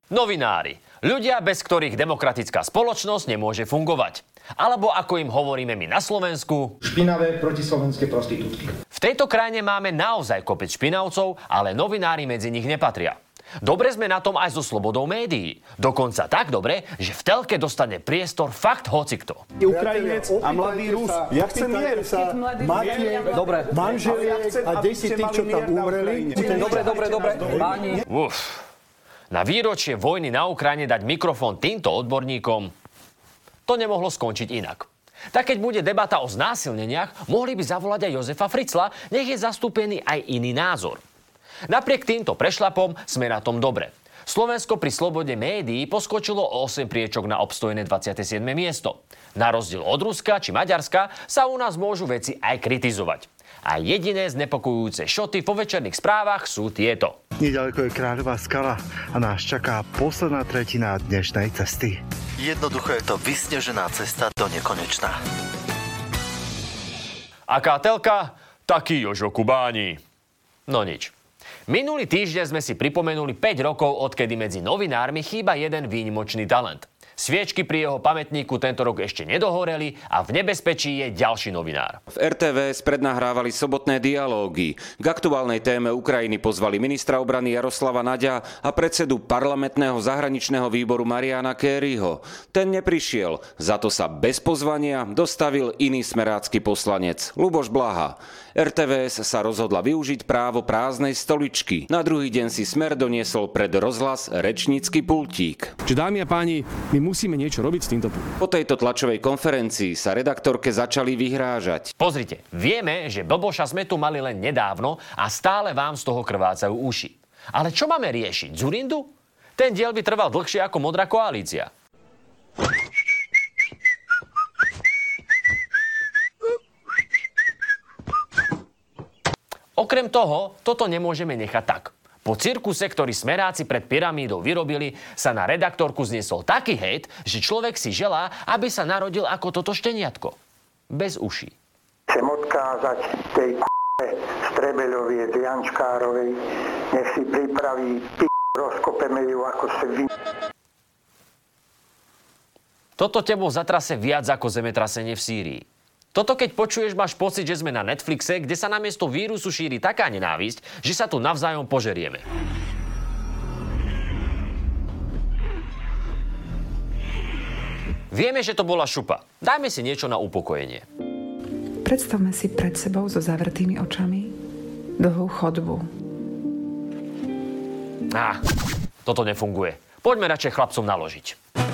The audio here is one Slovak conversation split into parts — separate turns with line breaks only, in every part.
Novinári. Ľudia, bez ktorých demokratická spoločnosť nemôže fungovať. Alebo ako im hovoríme my na Slovensku,
špinavé protislovenské prostitútky.
V tejto krajine máme naozaj kopec špinavcov, ale novinári medzi nich nepatria. Dobre sme na tom aj so slobodou médií. Dokonca tak dobre, že v telke dostane priestor fakt hocikto.
Ukrajinec a mladý Rus. Ja chcem mier.
Máte manželiek a desí tých, čo tam umreli.
Dobre. Páni.
Na výročie vojny na Ukrajine dať mikrofón týmto odborníkom, to nemohlo skončiť inak. Tak keď bude debata o znásilneniach, mohli by zavolať aj Jozefa Fritzla, nech je zastúpený aj iný názor. Napriek týmto prešľapom sme na tom dobre. Slovensko pri slobode médií poskočilo o 8 priečok na obstojné 27. miesto. Na rozdiel od Ruska či Maďarska sa u nás môžu veci aj kritizovať. A jediné znepokojujúce šoty vo večerných správach sú tieto.
Nedaleko je Kráľová skala a nás čaká posledná tretina dnešnej cesty.
Jednoducho je to vysnežená cesta do nekonečna.
Aká telka, taký Jožo Kubáni. No nič. Minulý týždeň sme si pripomenuli 5 rokov, odkedy medzi novinármi chýba jeden výnimočný talent. Sviečky pri jeho pamätníku tento rok ešte nedohoreli a v nebezpečí je ďalší novinár.
V RTVS prednahrávali sobotné dialógy. K aktuálnej téme Ukrajiny pozvali ministra obrany Jaroslava Naďa a predsedu parlamentného zahraničného výboru Mariana Kerryho. Ten neprišiel, za to sa bez pozvania dostavil iný smerácky poslanec, Ľuboš Blaha. RTVS sa rozhodla využiť právo prázdnej stoličky. Na druhý deň si Smer doniesol pred rozhlas rečnícky pultík.
Dámy a páni, my musíme niečo robiť s týmto.
Po tejto tlačovej konferencii sa redaktorke začali vyhrážať.
Pozrite, vieme, že blboša sme tu mali len nedávno a stále vám z toho krvácajú uši. Ale čo máme riešiť? Dzurindu? Ten diel by trval dlhšie ako Modrá koalícia. Okrem toho, toto nemôžeme nechať tak. Po cirkuse, ktorý smeráci pred pyramídou vyrobili, sa na redaktorku zniesol taký hejt, že človek si želá, aby sa narodil ako toto šteniatko. Bez uší.
Chcem odkázať tej Strebeľovej z Jančkárovej, nech si pripraví rozkopeme ju ako svin.
Toto tebou zatrase viac ako zemetrasenie v Sýrii. Toto keď počuješ, máš pocit, že sme na Netflixe, kde sa namiesto vírusu šíri taká nenávisť, že sa tu navzájom požerieme. Vieme, že to bola šupa. Dajme si niečo na upokojenie.
Predstavme si pred sebou so zavretými očami dlhú chodbu.
Toto nefunguje. Poďme radšej chlapcom naložiť.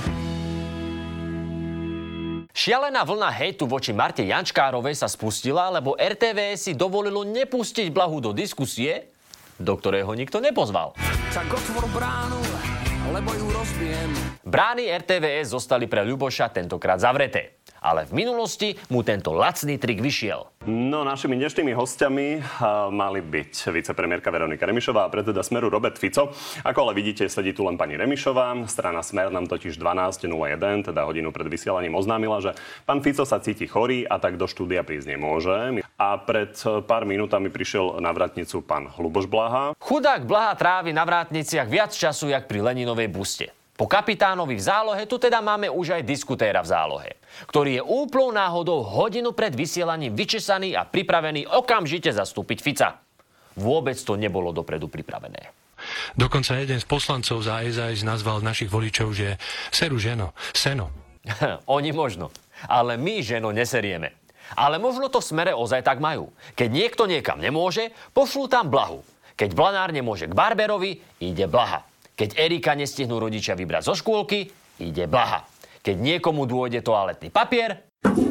Šialená vlna hejtu voči Marte Jančkárovej sa spustila, lebo RTVS si dovolilo nepustiť Blahu do diskusie, do ktorého nikto nepozval.
Tak otvor bránu, lebo ju rozbijem.
Brány RTVS zostali pre Ľuboša tentokrát zavreté. Ale v minulosti mu tento lacný trik vyšiel.
No, našimi dnešnými hostiami mali byť vicepremiérka Veronika Remišová a predseda Smeru Robert Fico. Ako ale vidíte, sedí tu len pani Remišová. Strana Smer nám totiž 12:01, teda hodinu pred vysielaním, oznámila, že pán Fico sa cíti chorý a tak do štúdia prísť nemôže. A pred pár minútami prišiel na vrátnicu pán Ľuboš Blaha.
Chudák Blaha trávi na vrátniciach viac času, jak pri Leninovej buste. Po kapitánovi v zálohe tu teda máme už aj diskutéra v zálohe, ktorý je úplnou náhodou hodinu pred vysielaním vyčesaný a pripravený okamžite zastúpiť Fica. Vôbec to nebolo dopredu pripravené.
Dokonca jeden z poslancov za SAS nazval našich voličov, že seru ženo, seno.
Oni možno, ale my ženo neserieme. Ale možno to v Smere ozaj tak majú. Keď niekto niekam nemôže, pošlú tam Blahu. Keď Blanár nemôže k barberovi, ide Blaha. Keď Erika nestihnú rodičia vybrať zo škôlky, ide Blaha. Keď niekomu dôjde toaletný papier...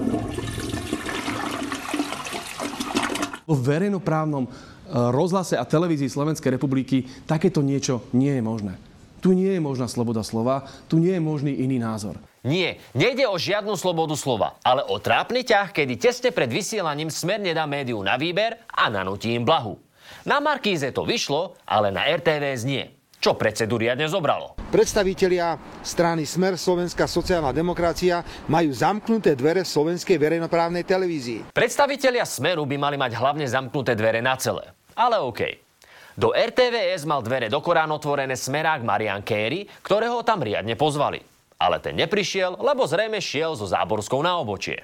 V verejnoprávnom rozhlase a televízii Slovenskej republiky takéto niečo nie je možné. Tu nie je možná sloboda slova, tu nie je možný iný názor.
Nie, nejde o žiadnu slobodu slova, ale o trápny ťah, kedy tesne pred vysielaním Smer nedá médiu na výber a nanúti im Blahu. Na Markíze to vyšlo, ale na RTVS nie. Čo predsedu riadne zobralo.
Predstavitelia strany Smer Slovenská sociálna demokracia majú zamknuté dvere v slovenskej verejnoprávnej televízii.
Predstavitelia Smeru by mali mať hlavne zamknuté dvere na celé. Ale OK. Do RTVS mal dvere do Korán otvorené smerák Marian Kéry, ktorého tam riadne pozvali. Ale ten neprišiel, lebo zrejme šiel so Záborskou na obočie.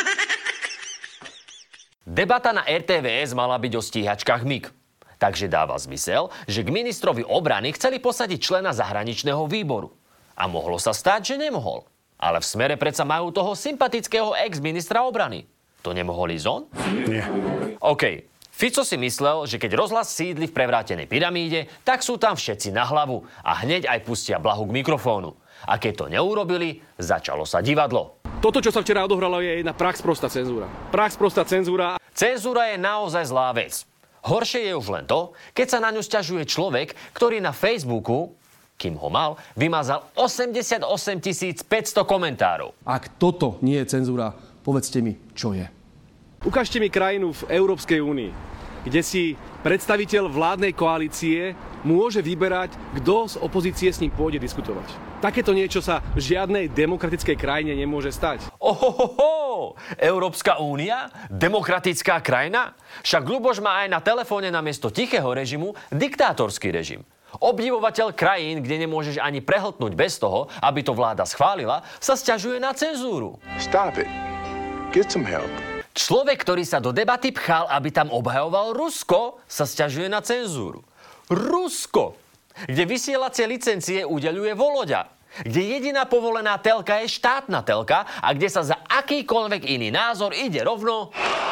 Debata na RTVS mala byť o stíhačkách MIG. Takže dáva zmysel, že k ministrovi obrany chceli posadiť člena zahraničného výboru. A mohlo sa stať, že nemohol. Ale v Smere predsa majú toho sympatického ex-ministra obrany. To nemohol ísť on?
Nie.
OK. Fico si myslel, že keď rozhlas sídli v prevrátenej pyramíde, tak sú tam všetci na hlavu a hneď aj pustia Blahu k mikrofónu. A keď to neurobili, začalo sa divadlo.
Toto, čo sa včera odohralo, je jedna praxprostá cenzúra. Praxprostá cenzúra.
Cenzúra je naozaj zlá vec. Horšie je už len to, keď sa na ňu sťažuje človek, ktorý na Facebooku, kým ho mal, vymazal 88 500 komentárov.
Ak toto nie je cenzúra, povedzte mi, čo je. Ukážte mi krajinu v Európskej únii, kde si predstaviteľ vládnej koalície môže vyberať, kto z opozície s ním pôjde diskutovať. Takéto niečo sa v žiadnej demokratickej krajine nemôže stať.
Ohohoho! Európska únia? Demokratická krajina? Však Ľuboš má aj na telefóne namiesto tichého režimu diktátorský režim. Obdivovateľ krajín, kde nemôžeš ani prehltnúť bez toho, aby to vláda schválila, sa sťažuje na cenzúru.
Stop it. Get some help.
Človek, ktorý sa do debaty pchal, aby tam obhajoval Rusko, sa sťažuje na cenzúru. Rusko, kde vysielacie licencie udeľuje Voloďa, kde jediná povolená telka je štátna telka a kde sa za akýkoľvek iný názor ide rovno.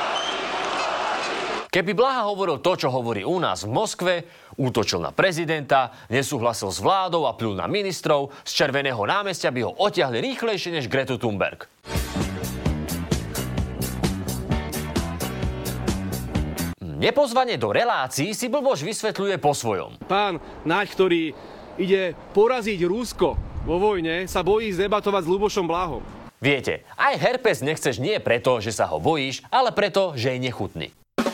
Keby Blaha hovoril to, čo hovorí u nás v Moskve, útočil na prezidenta, nesúhlasil s vládou a pľul na ministrov, z Červeného námestia by ho odtiahli rýchlejšie než Gretu Thunberg. Nepozvanie do relácií si Blboš vysvetľuje po svojom.
Pán Naď, ktorý ide poraziť Rusko vo vojne, sa bojí zdebatovať s Ľubošom Blahom.
Viete, aj herpes nechceš nie preto, že sa ho bojíš, ale preto, že je nechutný.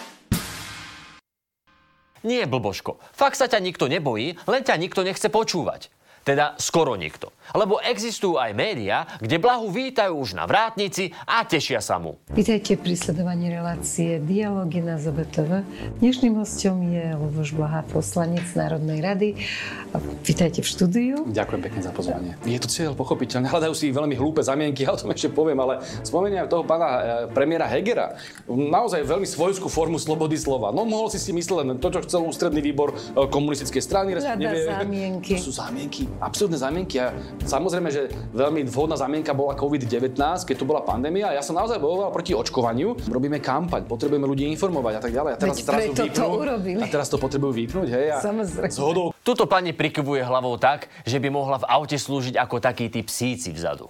Nie, Blboško, fakt sa ťa nikto nebojí, len ťa nikto nechce počúvať. Teda skoro nikto. Lebo existujú aj médiá, kde Blahu vítajú už na vrátnici a tešia sa mu.
Vítajte pri sledovaní relácie Dialógy na ZBTV. Dnešným hosťom je Ľuboš Blaha, poslanec Národnej rady. Vítajte v štúdiu.
Ďakujem pekne za pozvanie. Je to cieľ pochopiteľné. Hľadajú si veľmi hlúpe zamienky, ja o tom ešte poviem, ale spomeniem toho pána premiéra Hegera. Naozaj veľmi svojskú formu slobody slova. No mohol si myslieť len to, čo chcel ústredný výbor komunistickej strany.
Zámienky.
To sú zámienky. Absurdné zámienky. A samozrejme, že veľmi vhodná zámienka bola COVID-19, keď tu bola pandémia. Ja som naozaj bojoval proti očkovaniu. Robíme kampaň, potrebujeme ľudí informovať a tak ďalej. A teraz to potrebujú vypnúť, hej?
Samozrejme.
Tuto pani prikyvuje hlavou tak, že by mohla v aute slúžiť ako takí tí psíci vzadu.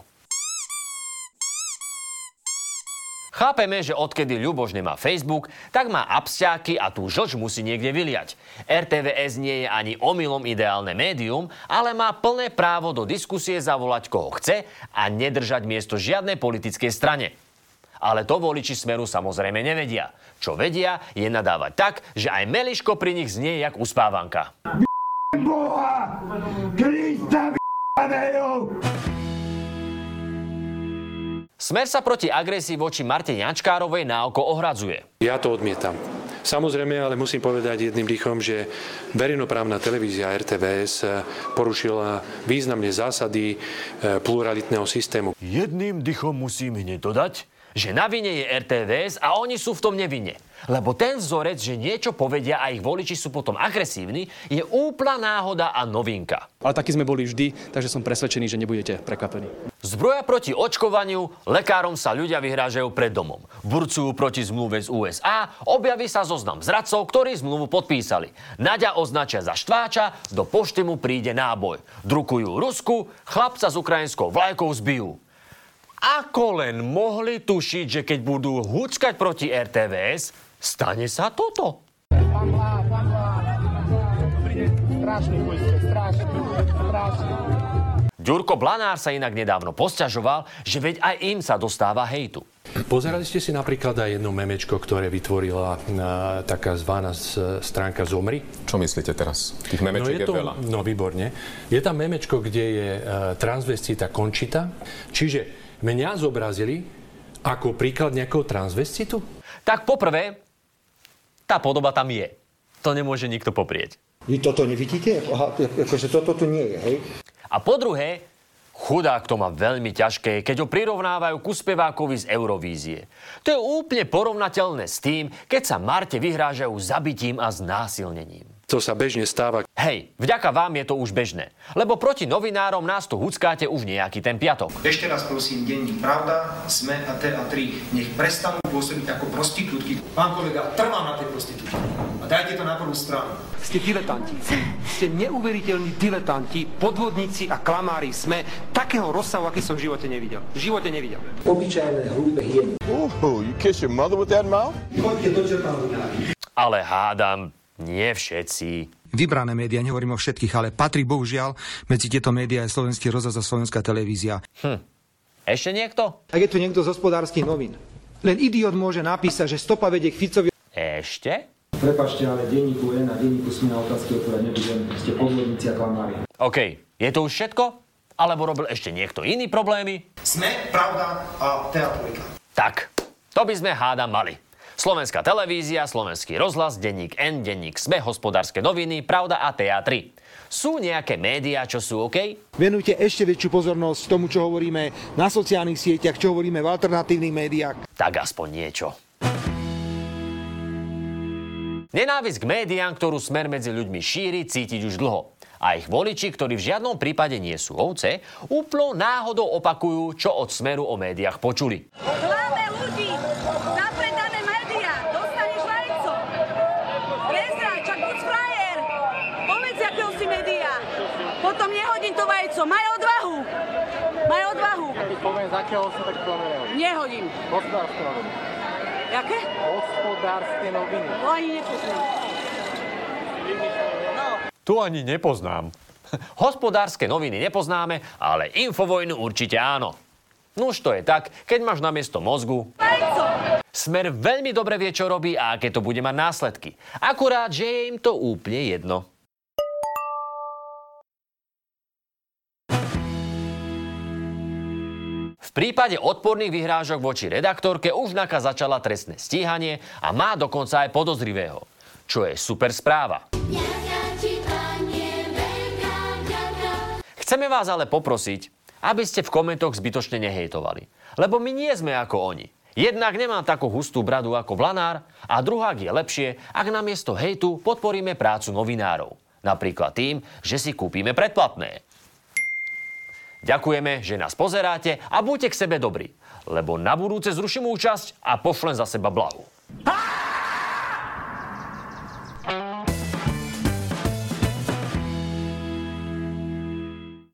Chápeme, že odkedy Ľuboš nemá Facebook, tak má absťáky a tú žlč musí niekde vyliať. RTVS nie je ani omylom ideálne médium, ale má plné právo do diskusie zavolať koho chce a nedržať miesto žiadnej politickej strane. Ale to voliči Smeru samozrejme nevedia. Čo vedia, je nadávať tak, že aj Meliško pri nich znie jak uspávanka.
Boha! Krista
Smer sa proti agresii voči Marte Jančkárovej na oko ohradzuje.
Ja to odmietam. Samozrejme, ale musím povedať jedným dýchom, že verejnoprávna televízia RTVS porušila významne zásady pluralitného systému.
Jedným dýchom musím hneď dodať, že na vine je RTVS a oni sú v tom nevinne. Lebo ten vzorec, že niečo povedia a ich voliči sú potom agresívni, je úplná náhoda a novinka.
Ale takí sme boli vždy, takže som presvedčený, že nebudete prekvapení.
Zbroja proti očkovaniu, lekárom sa ľudia vyhrážajú pred domom. Burcujú proti zmluve z USA, objaví sa zoznam zradcov, ktorí zmluvu podpísali. Naďa označia za štváča, do pošty mu príde náboj. Drukujú Rusku, chlapca s ukrajinskou vlajkou zbijú. Ako len mohli tušiť, že keď budú huckať proti RTVS, stane sa toto. Ďurko Blanár sa inak nedávno posťažoval, že veď aj im sa dostáva hejtu.
Pozerali ste si napríklad aj jedno memečko, ktoré vytvorila taká zvaná stránka Zomri?
Čo myslíte teraz? Tých memečiek je veľa.
No, výborne. Je tam memečko, kde je transvestita Končita. Čiže mňa zobrazili ako príklad nejakého transvestitu?
Tak poprvé, tá podoba tam je. To nemôže nikto poprieť.
Vy toto nevidíte? Akože toto tu nie je, hej?
A po druhé, chudák to má veľmi ťažké, keď ho prirovnávajú ku spevákovi z Eurovízie. To je úplne porovnateľné s tým, keď sa Marte vyhrážajú zabitím a znásilnením.
To sa bežne stáva.
Hej, vďaka vám je to už bežné. Lebo proti novinárom nás tu huckáte už nejaký ten piatok.
Ešte raz prosím, denník Pravda, SME a TA3 nech prestanú pôsobiť ako prostitútky. Pán kolega, trvám na tej prostitútke. A dajte to na prvú stranu.
Ste diletanti. Ste neuveriteľní diletanti, podvodníci a klamári SME takého rozsahu, aký som v živote nevidel. V živote nevidel.
Obyčajné hlúpe hyeny.
You kiss your mother with that mouth?
Choďte do čerta, novinári.
Ale hádam, nie všetci.
Vybrané médiá, nehovorím o všetkých, ale patrí bohužiaľ medzi tieto médiá aj Slovenský rozhlas a Slovenská televízia.
Ešte niekto?
Ak je tu niekto z hospodárskych novín. Len idiot môže napísať, že stopa vedie k Ficovi.
Ešte?
Prepáčte, ale denníku N a denníku SME na otázky odpovedať nebudem. Ste podvodníci a klamári.
OK, je to už všetko? Alebo robil ešte niekto iný problémy?
SME, Pravda a TA3.
Tak, to by sme hádam mali. Slovenská televízia, Slovenský rozhlas, denník N, denník SME, Hospodárske noviny, Pravda a TA3. Sú nejaké médiá, čo sú OK?
Venujte ešte väčšiu pozornosť tomu, čo hovoríme na sociálnych sieťach, čo hovoríme v alternatívnych médiách.
Tak aspoň niečo. Nenávisť k médiám, ktorú Smer medzi ľuďmi šíri, cítiť už dlho. A ich voliči, ktorí v žiadnom prípade nie sú ovce, úplnou náhodou opakujú, čo od Smeru o médiách počuli.
Hlavné ľudí! Zapredané médiá! Dostaneš vajco! Prezrať, čak buď frajer! Povedz, akého si médiá! Potom nehodím to vajco! Maj odvahu! Maj odvahu!
Keď poviem, z akého si, tak to nehodím.
Nehodím.
Hospodárske noviny.
Jaké?
Hospodárske noviny.
To ani nepoznám.
Tu ani nepoznám. Hospodárske noviny nepoznáme, ale Infovojnu určite áno. Nuž to je tak, keď máš namiesto mozgu... Smer veľmi dobre vie, čo robí a aké to bude mať následky. Akurát, že je im to úplne jedno. V prípade odporných vyhrážok voči redaktorke už NAKA začala trestné stíhanie a má dokonca aj podozrivého. Čo je super správa. Chceme vás ale poprosiť, aby ste v komentoch zbytočne nehejtovali. Lebo my nie sme ako oni. Jednak nemám takú hustú bradu ako Vlanár a druhák je lepšie, ak namiesto hejtu podporíme prácu novinárov. Napríklad tým, že si kúpime predplatné. Ďakujeme, že nás pozeráte a buďte k sebe dobrí, lebo na budúce zruším účasť a pošlem za seba blahu.